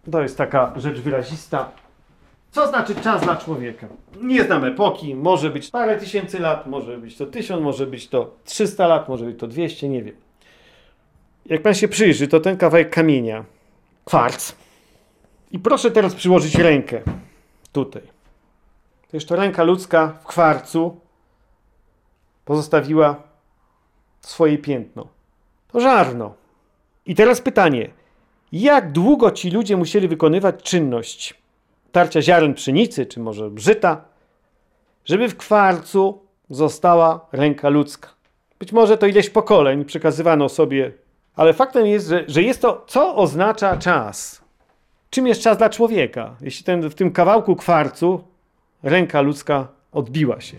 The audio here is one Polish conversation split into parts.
To jest taka rzecz wyrazista. Co znaczy czas dla człowieka? Nie znam epoki, może być parę tysięcy lat, może być to 1000, może być to 300 lat, może być to 200, nie wiem. Jak pan się przyjrzy, to ten kawałek kamienia, kwarc. I proszę teraz przyłożyć rękę tutaj. To jeszcze ręka ludzka w kwarcu pozostawiła swoje piętno. To żarno. I teraz pytanie. Jak długo ci ludzie musieli wykonywać czynność tarcia ziaren pszenicy, czy może żyta, żeby w kwarcu została ręka ludzka? Być może to ileś pokoleń przekazywano sobie, ale faktem jest, że jest to, co oznacza czas. Czym jest czas dla człowieka, jeśli w tym kawałku kwarcu ręka ludzka odbiła się?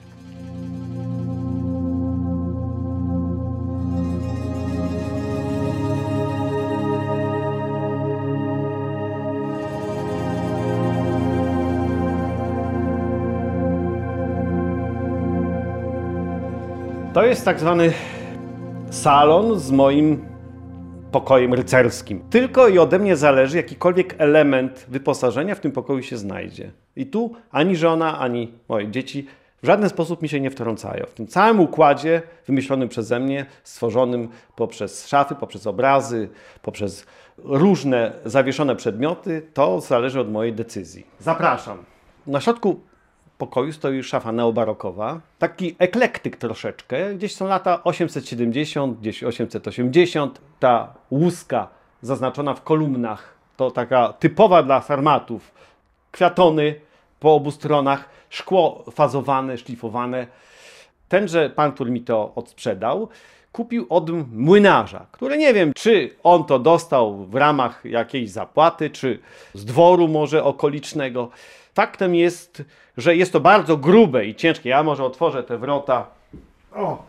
To jest tak zwany salon z moim pokojem rycerskim. Tylko i ode mnie zależy, jakikolwiek element wyposażenia w tym pokoju się znajdzie. I tu ani żona, ani moje dzieci w żaden sposób mi się nie wtrącają. W tym całym układzie wymyślonym przeze mnie, stworzonym poprzez szafy, poprzez obrazy, poprzez różne zawieszone przedmioty, to zależy od mojej decyzji. Zapraszam. Na środku pokoju stoi szafa neobarokowa, taki eklektyk troszeczkę, gdzieś są lata 870, gdzieś 880, ta łuska zaznaczona w kolumnach, to taka typowa dla sarmatów, kwiatony po obu stronach, szkło fazowane, szlifowane. Tenże pan, który mi to odsprzedał, kupił od młynarza, który nie wiem, czy on to dostał w ramach jakiejś zapłaty, czy z dworu może okolicznego. Faktem jest, że jest to bardzo grube i ciężkie. Ja może otworzę te wrota. O!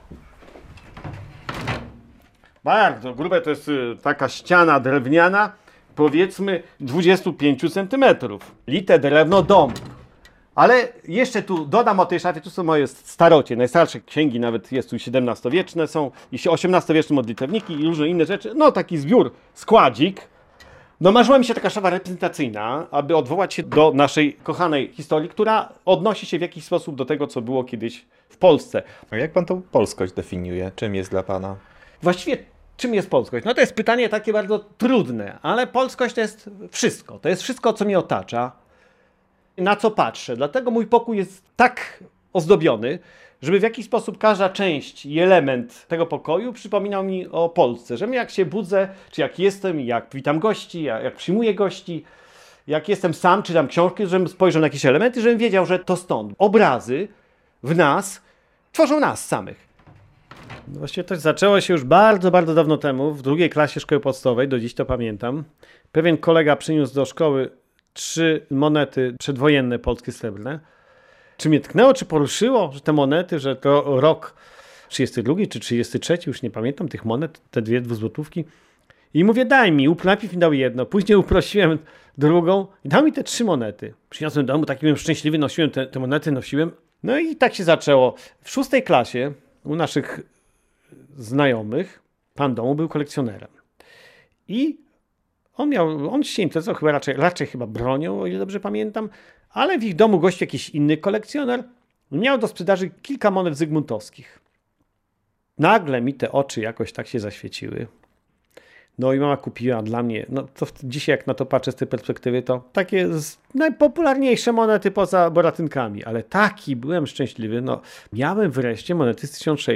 Bardzo grube, to jest taka ściana drewniana, powiedzmy 25 cm. Lite drewno dąb. Ale jeszcze tu dodam o tej szafie, tu są moje starocie, najstarsze księgi, nawet jest tu XVII-wieczne są, i XVIII-wieczne modlitewniki i różne inne rzeczy. No taki zbiór, składzik. No marzyła mi się taka szafa reprezentacyjna, aby odwołać się do naszej kochanej historii, która odnosi się w jakiś sposób do tego, co było kiedyś w Polsce. A jak pan tą polskość definiuje? Czym jest dla pana? Właściwie czym jest polskość? No to jest pytanie takie bardzo trudne, ale polskość to jest wszystko. To jest wszystko, co mnie otacza, na co patrzę. Dlatego mój pokój jest tak ozdobiony, żeby w jakiś sposób każda część i element tego pokoju przypominał mi o Polsce. Żebym jak się budzę, czy jak jestem, jak witam gości, jak przyjmuję gości, jak jestem sam, czytam książkę, żebym spojrzał na jakieś elementy, żebym wiedział, że to stąd. Obrazy w nas tworzą nas samych. Właściwie to zaczęło się już bardzo, bardzo dawno temu, w drugiej klasie szkoły podstawowej, do dziś to pamiętam. Pewien kolega przyniósł do szkoły 3 monety przedwojenne polskie srebrne. Czy mnie tknęło, czy poruszyło, że te monety, że to rok 32 czy 33, już nie pamiętam tych monet, te 2 dwuzłotówki. I mówię, daj mi, najpierw mi dał jedno, później uprosiłem drugą i dał mi te 3 monety. Przyniosłem do domu, taki byłem szczęśliwy, nosiłem te monety, nosiłem. No i tak się zaczęło. W 6 klasie u naszych znajomych pan domu był kolekcjonerem. I on się interesował chyba raczej chyba bronią, o ile dobrze pamiętam, ale w ich domu gościł jakiś inny kolekcjoner. Miał do sprzedaży kilka monet zygmuntowskich. Nagle mi te oczy jakoś tak się zaświeciły. No i mama kupiła dla mnie, no to dzisiaj jak na to patrzę z tej perspektywy, to takie najpopularniejsze monety poza boratynkami, ale taki byłem szczęśliwy, no miałem wreszcie monety z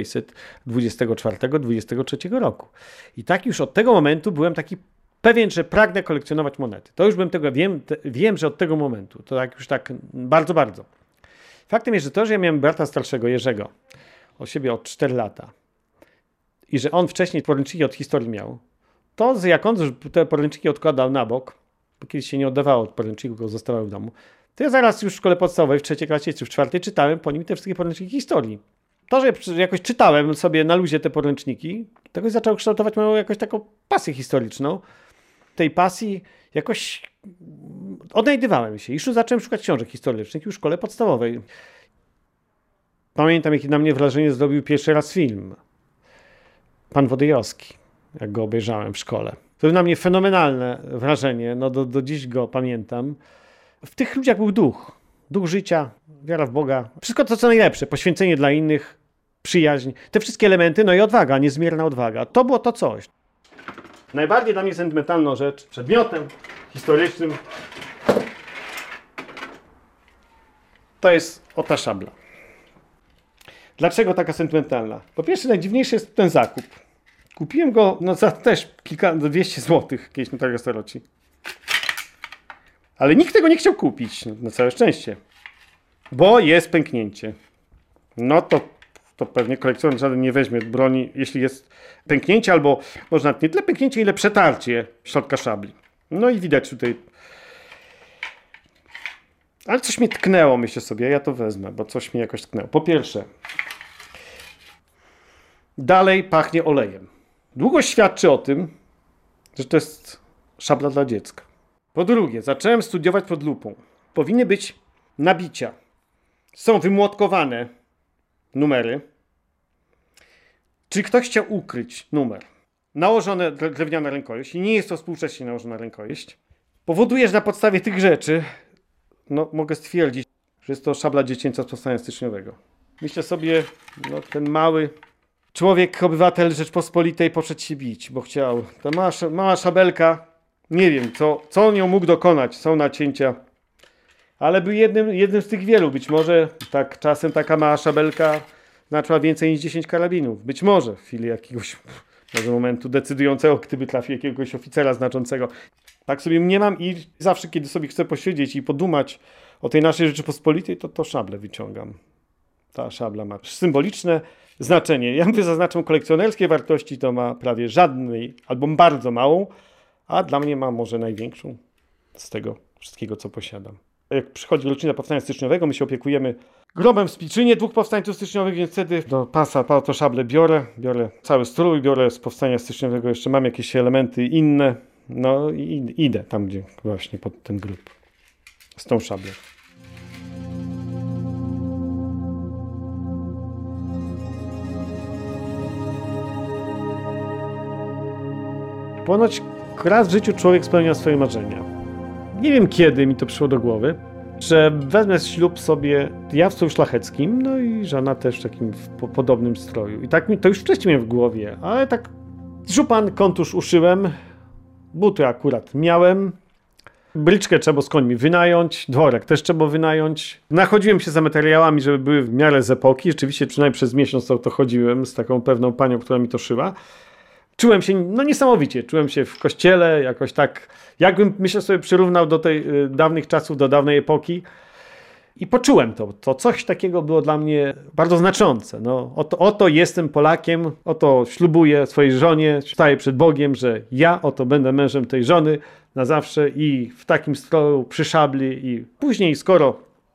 1624-23 roku. I tak już od tego momentu byłem taki pewien, że pragnę kolekcjonować monety. To już bym tego, wiem, że od tego momentu, to tak już tak bardzo, bardzo. Faktem jest, że to, że ja miałem brata starszego, Jerzego, o siebie od 4 lata i że on wcześniej poręczniki od historii miał, to jak on te poręczniki odkładał na bok, bo kiedyś się nie oddawało od poręczników, go zostawały w domu, to ja zaraz już w szkole podstawowej, w 3. klasie czy w 4. czytałem po nim te wszystkie poręczniki historii. To, że jakoś czytałem sobie na luzie te poręczniki, to zaczął kształtować moją jakoś taką pasję historyczną. Tej pasji jakoś odnajdywałem się. I już zacząłem szukać książek historycznych już w szkole podstawowej. Pamiętam, jaki na mnie wrażenie zrobił pierwszy raz film. Pan Wodyjowski. jak go obejrzałem w szkole. To było na mnie fenomenalne wrażenie, no do dziś go pamiętam. W tych ludziach był duch życia, wiara w Boga, wszystko to co najlepsze, poświęcenie dla innych, przyjaźń, te wszystkie elementy, no i odwaga, niezmierna odwaga. To było to coś. Najbardziej dla mnie sentymentalną rzecz, przedmiotem historycznym, to jest ta szabla. Dlaczego taka sentymentalna? Po pierwsze, najdziwniejszy jest ten zakup. Kupiłem go za też 200 zł kiedyś na targu staroci. Ale nikt tego nie chciał kupić, na całe szczęście. Bo jest pęknięcie. No to pewnie kolekcjoner żaden nie weźmie broni, jeśli jest pęknięcie, albo może nawet nie tyle pęknięcie, ile przetarcie środka szabli. No i widać tutaj. Ale coś mnie tknęło, myślę sobie, ja to wezmę, bo coś mnie jakoś tknęło. Po pierwsze, dalej pachnie olejem. Długość świadczy o tym, że to jest szabla dla dziecka. Po drugie, zacząłem studiować pod lupą. Powinny być nabicia. Są wymłotkowane numery. Czy ktoś chciał ukryć numer? Nałożone drewniana rękojeść, i nie jest to współcześnie nałożona rękojeść, powoduje, że na podstawie tych rzeczy mogę stwierdzić, że jest to szabla dziecięca z powstania styczniowego. Myślę sobie, ten mały człowiek, obywatel Rzeczpospolitej poszedł się bić, bo chciał. Ta mała szabelka, nie wiem, co on ją mógł dokonać, są nacięcia, ale był jednym z tych wielu. Być może tak czasem taka mała szabelka znaczyła więcej niż 10 karabinów. Być może w chwili jakiegoś momentu decydującego, gdyby trafił jakiegoś oficera znaczącego. Tak sobie mniemam i zawsze, kiedy sobie chcę posiedzieć i podumać o tej naszej Rzeczypospolitej, to szablę wyciągam. Ta szabla ma symboliczne znaczenie. Ja mówię, zaznaczam kolekcjonerskie wartości, to ma prawie żadnej albo bardzo małą, a dla mnie ma może największą z tego wszystkiego, co posiadam. Jak przychodzi rocznica powstania styczniowego, my się opiekujemy grobem w Spiczynie 2 powstańców styczniowych, więc wtedy do pasa to szablę biorę cały strój, biorę z powstania styczniowego, jeszcze mam jakieś elementy inne, no i idę tam, gdzie właśnie pod ten grób z tą szablą. Ponoć raz w życiu człowiek spełnia swoje marzenia. Nie wiem, kiedy mi to przyszło do głowy, że wezmę ślub sobie ja w stroju szlacheckim, no i żona też w takim podobnym stroju. I tak to już wcześniej miałem w głowie, ale tak żupan, kontusz uszyłem, buty akurat miałem, bryczkę trzeba z końmi wynająć, dworek też trzeba wynająć. Nachodziłem się za materiałami, żeby były w miarę z epoki. Rzeczywiście przynajmniej przez miesiąc to chodziłem z taką pewną panią, która mi to szyła. Czułem się niesamowicie, czułem się w kościele jakoś tak, jakbym, myślę sobie, przyrównał do tej dawnych czasów, do dawnej epoki i poczułem to coś takiego było dla mnie bardzo znaczące. Oto jestem Polakiem, oto ślubuję swojej żonie, staję przed Bogiem, że ja oto będę mężem tej żony na zawsze i w takim stroju przy szabli i później, skoro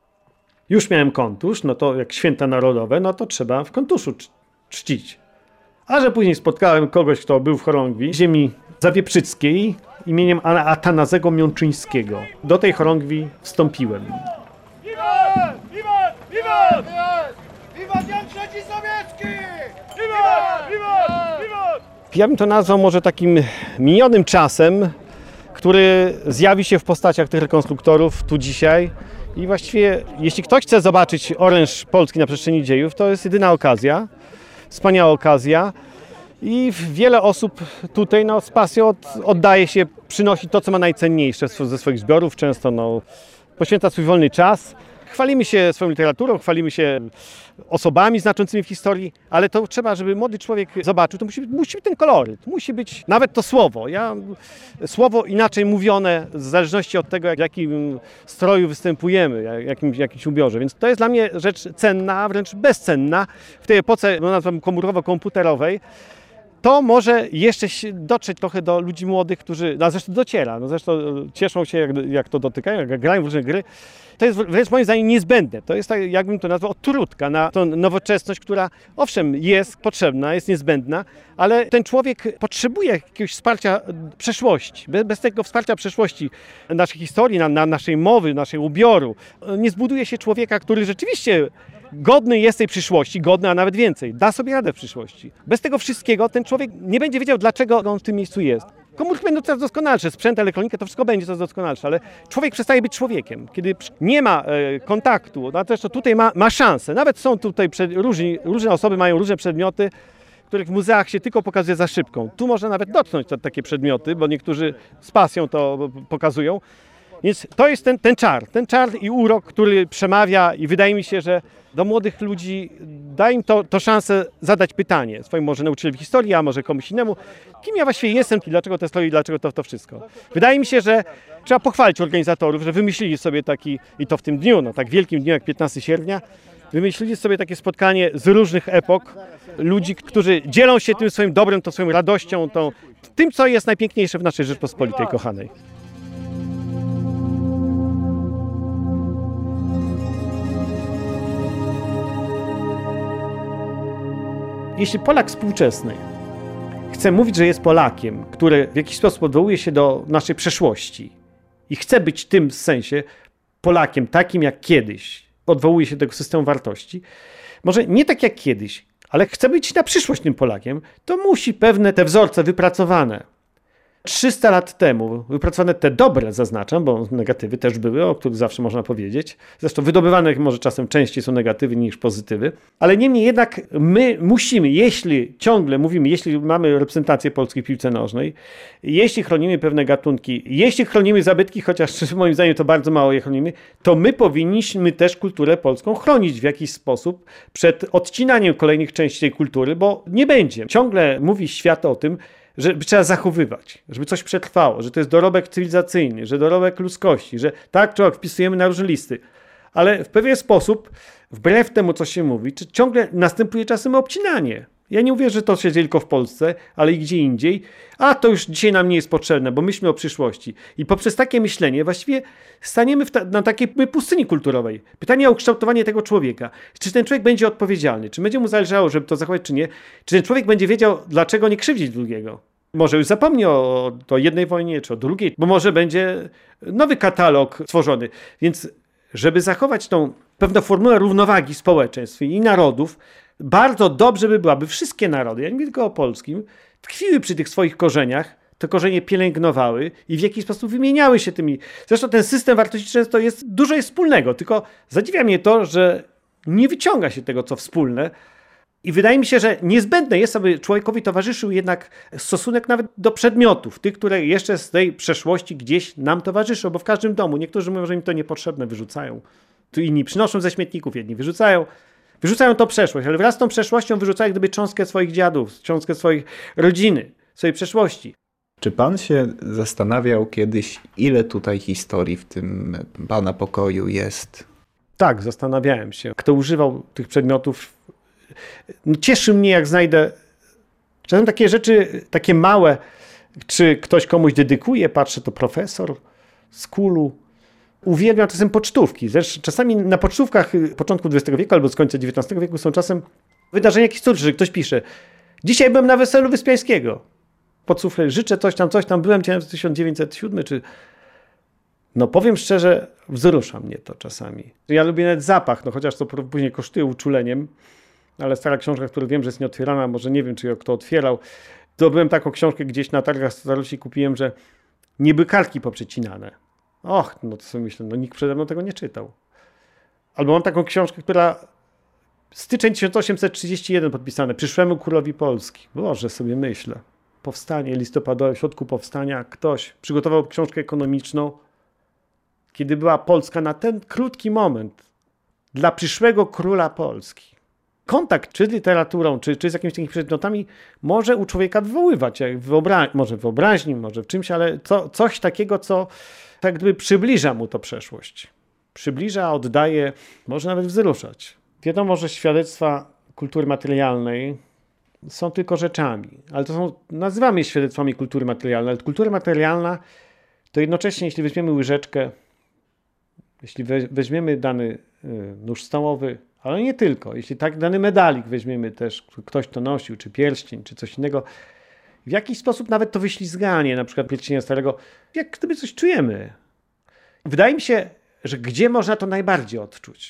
już miałem kontusz, no to jak święta narodowe, no to trzeba w kontuszu czcić. A że później spotkałem kogoś, kto był w chorągwi ziemi zawieprzyckiej imieniem Atanazego Miączyńskiego. Do tej chorągwi wstąpiłem. Wiwat! Wiwat! Wiwat! Wiwat Jan III Sowiecki! Wiwat! Wiwat! Wiwat! Ja bym to nazwał może takim minionym czasem, który zjawi się w postaciach tych rekonstruktorów tu dzisiaj. I właściwie, jeśli ktoś chce zobaczyć oręż Polski na przestrzeni dziejów, to jest jedyna okazja. Wspaniała okazja i wiele osób tutaj z pasją oddaje się, przynosi to, co ma najcenniejsze ze swoich zbiorów, często poświęca swój wolny czas. Chwalimy się swoją literaturą, chwalimy się osobami znaczącymi w historii, ale to trzeba, żeby młody człowiek zobaczył, to musi być ten koloryt, musi być nawet to słowo. Słowo inaczej mówione w zależności od tego, w jakim stroju występujemy, jakimś ubiorze. Więc to jest dla mnie rzecz cenna, a wręcz bezcenna w tej epoce, nazywam komputerowo-komputerowej. To może jeszcze dotrzeć trochę do ludzi młodych, którzy, zresztą dociera, zresztą cieszą się, jak to dotykają, jak grają w różne gry. To jest wręcz moim zdaniem niezbędne. To jest, tak, jakbym to nazwał, odtrutka na tą nowoczesność, która owszem jest potrzebna, jest niezbędna, ale ten człowiek potrzebuje jakiegoś wsparcia przeszłości. Bez tego wsparcia przeszłości naszej historii, naszej mowy, naszego ubioru, nie zbuduje się człowieka, który rzeczywiście godny jest tej przyszłości, godny, a nawet więcej, da sobie radę w przyszłości. Bez tego wszystkiego ten człowiek nie będzie wiedział, dlaczego on w tym miejscu jest. Komórki będą coraz doskonalsze, sprzęt, elektronika, to wszystko będzie coraz doskonalsze, ale człowiek przestaje być człowiekiem. Kiedy nie ma kontaktu, no też to tutaj ma szansę. Nawet są tutaj różne osoby mają różne przedmioty, których w muzeach się tylko pokazuje za szybką. Tu można nawet dotknąć takie przedmioty, bo niektórzy z pasją to pokazują. Więc to jest ten czar i urok, który przemawia i wydaje mi się, że do młodych ludzi da im to szansę zadać pytanie swojemu może nauczycielowi historii, a może komuś innemu. Kim ja właściwie jestem i dlaczego to stoi, dlaczego to wszystko. Wydaje mi się, że trzeba pochwalić organizatorów, że wymyślili sobie taki, i to w tym dniu, no tak wielkim dniu jak 15 sierpnia, wymyślili sobie takie spotkanie z różnych epok, ludzi, którzy dzielą się tym swoim dobrem, tą swoją radością, tym, co jest najpiękniejsze w naszej Rzeczpospolitej kochanej. Jeśli Polak współczesny chce mówić, że jest Polakiem, który w jakiś sposób odwołuje się do naszej przeszłości i chce być w tym sensie Polakiem takim jak kiedyś, odwołuje się do tego systemu wartości, może nie tak jak kiedyś, ale chce być na przyszłość tym Polakiem, to musi pewne te wzorce wypracowane 300 lat temu, wypracowane te dobre, zaznaczam, bo negatywy też były, o których zawsze można powiedzieć. Zresztą wydobywane może czasem częściej są negatywy niż pozytywy. Ale niemniej jednak my musimy, jeśli ciągle mówimy, jeśli mamy reprezentację polskiej w piłce nożnej, jeśli chronimy pewne gatunki, jeśli chronimy zabytki, chociaż moim zdaniem to bardzo mało je chronimy, to my powinniśmy też kulturę polską chronić w jakiś sposób przed odcinaniem kolejnych części tej kultury, bo nie będzie. Ciągle mówi świat o tym, żeby trzeba zachowywać, żeby coś przetrwało, że to jest dorobek cywilizacyjny, że dorobek ludzkości, że tak, człowiek wpisujemy na różne listy. Ale w pewien sposób, wbrew temu, co się mówi, ciągle następuje czasem obcinanie. Ja nie mówię, że to się dzieje tylko w Polsce, ale i gdzie indziej. A to już dzisiaj nam nie jest potrzebne, bo myślmy o przyszłości. I poprzez takie myślenie właściwie staniemy na takiej pustyni kulturowej. Pytanie o ukształtowanie tego człowieka. Czy ten człowiek będzie odpowiedzialny? Czy będzie mu zależało, żeby to zachować, czy nie? Czy ten człowiek będzie wiedział, dlaczego nie krzywdzić drugiego? Może już zapomni o jednej wojnie, czy o drugiej, bo może będzie nowy katalog stworzony. Więc żeby zachować tą pewną formułę równowagi społeczeństw i narodów, bardzo dobrze by było, aby wszystkie narody, ja nie mówię tylko o polskim, tkwiły przy tych swoich korzeniach, te korzenie pielęgnowały i w jakiś sposób wymieniały się tymi. Zresztą ten system wartości często dużo jest wspólnego, tylko zadziwia mnie to, że nie wyciąga się tego, co wspólne. I wydaje mi się, że niezbędne jest, aby człowiekowi towarzyszył jednak stosunek nawet do przedmiotów, tych, które jeszcze z tej przeszłości gdzieś nam towarzyszą, bo w każdym domu, niektórzy mówią, że im to niepotrzebne, wyrzucają. Tu inni przynoszą ze śmietników, jedni wyrzucają to przeszłość, ale wraz z tą przeszłością wyrzucają gdyby cząstkę swoich dziadów, cząstkę swojej rodziny, swojej przeszłości. Czy pan się zastanawiał kiedyś, ile tutaj historii w tym pana pokoju jest? Tak, zastanawiałem się. Kto używał tych przedmiotów, no cieszy mnie, jak znajdę czasem takie rzeczy, takie małe, czy ktoś komuś dedykuje, patrzę, to profesor z KUL-u. Uwielbiam czasem pocztówki. Zresztą czasami na pocztówkach początku XX wieku albo z końca XIX wieku są czasem wydarzenia historyczne, że ktoś pisze: dzisiaj byłem na weselu Wyspiańskiego. Podsłuchaj, życzę coś tam, byłem w 1907, czy... No powiem szczerze, wzrusza mnie to czasami. Ja lubię nawet zapach, no chociaż to później kosztuje uczuleniem, ale stara książka, która wiem, że jest nieotwierana, może nie wiem, czy kto otwierał. Zdobyłem taką książkę gdzieś na targach starości, kupiłem, że nie były kartki poprzecinane. Och, no to sobie myślę, no nikt przede mną tego nie czytał. Albo mam taką książkę, która styczeń 1831 podpisane, przyszłemu królowi Polski. Boże, sobie myślę. Powstanie listopadowe, w środku powstania ktoś przygotował książkę ekonomiczną, kiedy była Polska na ten krótki moment dla przyszłego króla Polski. Kontakt czy z literaturą, czy z jakimiś takimi przedmiotami może u człowieka wywoływać, może w wyobraźni, może w czymś, ale coś takiego, co tak gdyby przybliża mu to przeszłość. Przybliża, oddaje, może nawet wzruszać. Wiadomo, że świadectwa kultury materialnej są tylko rzeczami, ale to są, nazywamy je świadectwami kultury materialnej, ale kultura materialna to jednocześnie, jeśli weźmiemy łyżeczkę, jeśli weźmiemy dany nóż stołowy, ale nie tylko, jeśli tak dany medalik weźmiemy też, ktoś to nosił, czy pierścień, czy coś innego, w jakiś sposób nawet to wyślizganie, na przykład pierścienia starego, jak gdyby coś czujemy. Wydaje mi się, że gdzie można to najbardziej odczuć?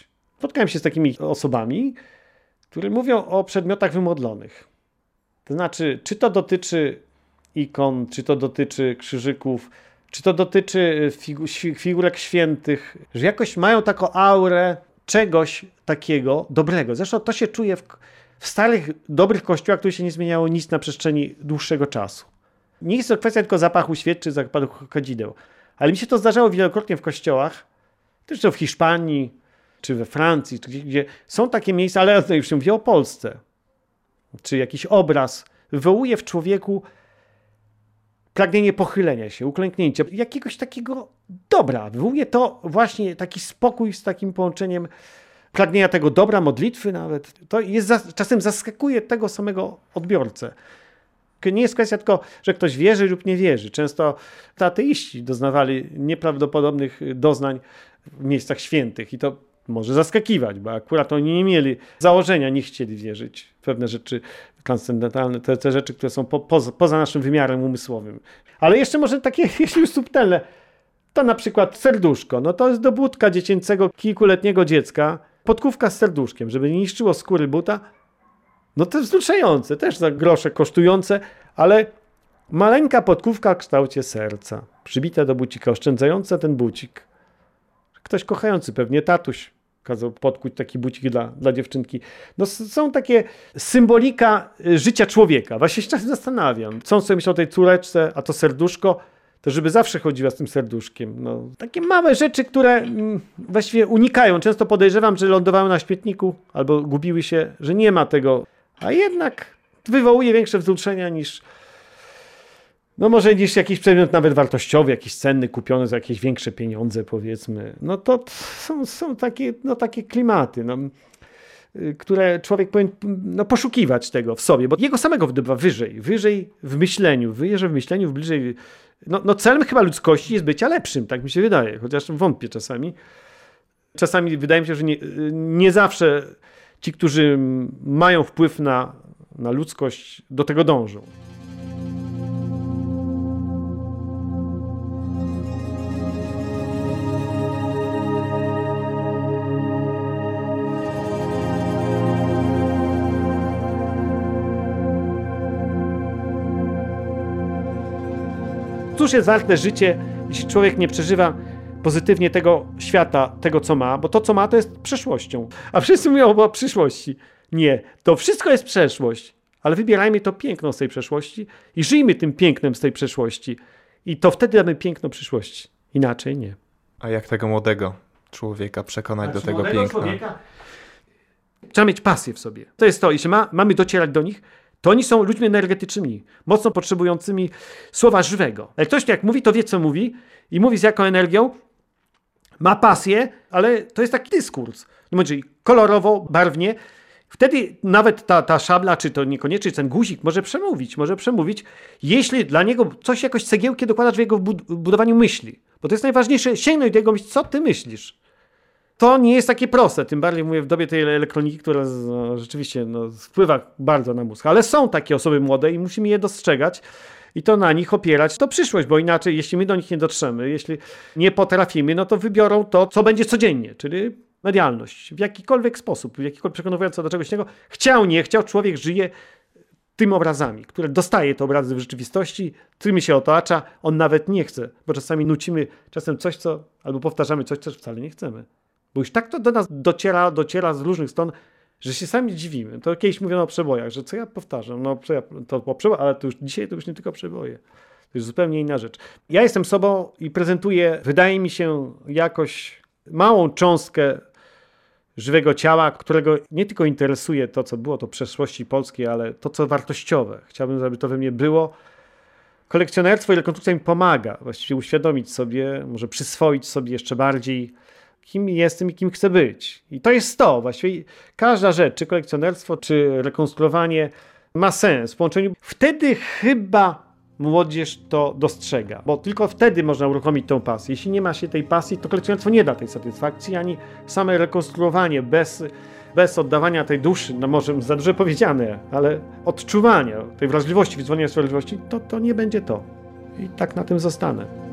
spotkałem się z takimi osobami, które mówią o przedmiotach wymodlonych. To znaczy, czy to dotyczy ikon, czy to dotyczy krzyżyków, czy to dotyczy figurek świętych, że jakoś mają taką aurę czegoś takiego dobrego. Zresztą to się czuje w starych, dobrych kościołach, które się nie zmieniało nic na przestrzeni dłuższego czasu. Nie jest to kwestia tylko zapachu świec czy zapachu kadzideł, ale mi się to zdarzało wielokrotnie w kościołach, też to w Hiszpanii, czy we Francji, czy gdzie są takie miejsca, ale już się mówi o Polsce, czy jakiś obraz wywołuje w człowieku pragnienie pochylenia się, uklęknięcia, jakiegoś takiego dobra. Wywołuje to właśnie taki spokój z takim połączeniem pragnienia tego dobra, modlitwy nawet. To jest czasem zaskakuje tego samego odbiorcę. Nie jest kwestia tylko, że ktoś wierzy lub nie wierzy. Często ateiści doznawali nieprawdopodobnych doznań w miejscach świętych i to może zaskakiwać, bo akurat oni nie mieli założenia, nie chcieli wierzyć w pewne rzeczy transcendentalne, te rzeczy, które są poza naszym wymiarem umysłowym. Ale jeszcze może takie, jeśli już subtelne, to na przykład serduszko. No to jest do budka dziecięcego, kilkuletniego dziecka, podkówka z serduszkiem, żeby nie niszczyło skóry buta. No to jest wzruszające, też za grosze kosztujące, ale maleńka podkówka w kształcie serca, przybita do bucika, oszczędzająca ten bucik. Ktoś kochający, pewnie tatuś kazał podkuć taki bucik dla dziewczynki. No są takie symbolika życia człowieka. Właśnie się czasem zastanawiam, co on sobie myślał o tej córeczce, a to serduszko, to żeby zawsze chodziła z tym serduszkiem. No, takie małe rzeczy, które właściwie unikają. Często podejrzewam, że lądowały na śmietniku albo gubiły się, że nie ma tego, a jednak wywołuje większe wzruszenia niż może niż jakiś przedmiot nawet wartościowy, jakiś cenny, kupiony za jakieś większe pieniądze, powiedzmy. No to są takie klimaty, które człowiek powinien poszukiwać tego w sobie, bo jego samego wydobywa wyżej w myśleniu, bliżej. Celem chyba ludzkości jest bycia lepszym, tak mi się wydaje, chociaż wątpię czasami. Czasami wydaje mi się, że nie zawsze ci, którzy mają wpływ na ludzkość, do tego dążą. Cóż jest warte życie, jeśli człowiek nie przeżywa pozytywnie tego świata, tego co ma, bo to co ma to jest przeszłością. A wszyscy mówią o przyszłości. Nie, to wszystko jest przeszłość, ale wybierajmy to piękno z tej przeszłości i żyjmy tym pięknem z tej przeszłości. I to wtedy damy piękno przyszłości. Inaczej nie. A jak tego młodego człowieka przekonać do tego piękna? Trzeba mieć pasję w sobie. To jest to, jeśli mamy docierać do nich, to oni są ludźmi energetycznymi, mocno potrzebującymi słowa żywego. Jak ktoś jak mówi, to wie, co mówi i mówi z jaką energią, ma pasję, ale to jest taki dyskurs. Czyli kolorowo, barwnie. Wtedy nawet ta szabla, czy to niekoniecznie ten guzik może przemówić, jeśli dla niego coś, jakoś cegiełkę dokładasz w jego budowaniu myśli. Bo to jest najważniejsze, sięgnąć do jego myśli, co ty myślisz. To nie jest takie proste, tym bardziej mówię w dobie tej elektroniki, która rzeczywiście wpływa bardzo na mózg. Ale są takie osoby młode i musimy je dostrzegać i to na nich opierać to przyszłość, bo inaczej, jeśli my do nich nie dotrzemy, jeśli nie potrafimy, no to wybiorą to, co będzie codziennie, czyli medialność. W jakikolwiek sposób, w jakikolwiek przekonujący do czegoś innego. Chciał, nie chciał, człowiek żyje tymi obrazami, które dostaje te obrazy w rzeczywistości, którymi się otacza, on nawet nie chce, bo czasami nucimy coś, albo powtarzamy coś, co wcale nie chcemy. Bo już tak to do nas dociera z różnych stron, że się sami dziwimy. To kiedyś mówiono o przebojach, że co ja powtarzam, ale dzisiaj to już nie tylko przeboje. To jest zupełnie inna rzecz. Ja jestem sobą i prezentuję, wydaje mi się, jakoś małą cząstkę żywego ciała, którego nie tylko interesuje to, co było, to przeszłości polskiej, ale to, co wartościowe. Chciałbym, żeby to we mnie było. Kolekcjonerstwo i rekonstrukcja mi pomaga właściwie uświadomić sobie, może przyswoić sobie jeszcze bardziej, kim jestem i kim chcę być. I to jest to. Właściwie każda rzecz, czy kolekcjonerstwo, czy rekonstruowanie ma sens w połączeniu. Wtedy chyba młodzież to dostrzega, bo tylko wtedy można uruchomić tą pasję. Jeśli nie ma się tej pasji, to kolekcjonerstwo nie da tej satysfakcji, ani same rekonstruowanie bez oddawania tej duszy, może za dużo powiedziane, ale odczuwania tej wrażliwości, wyzwolenia z wrażliwości, to nie będzie to. I tak na tym zostanę.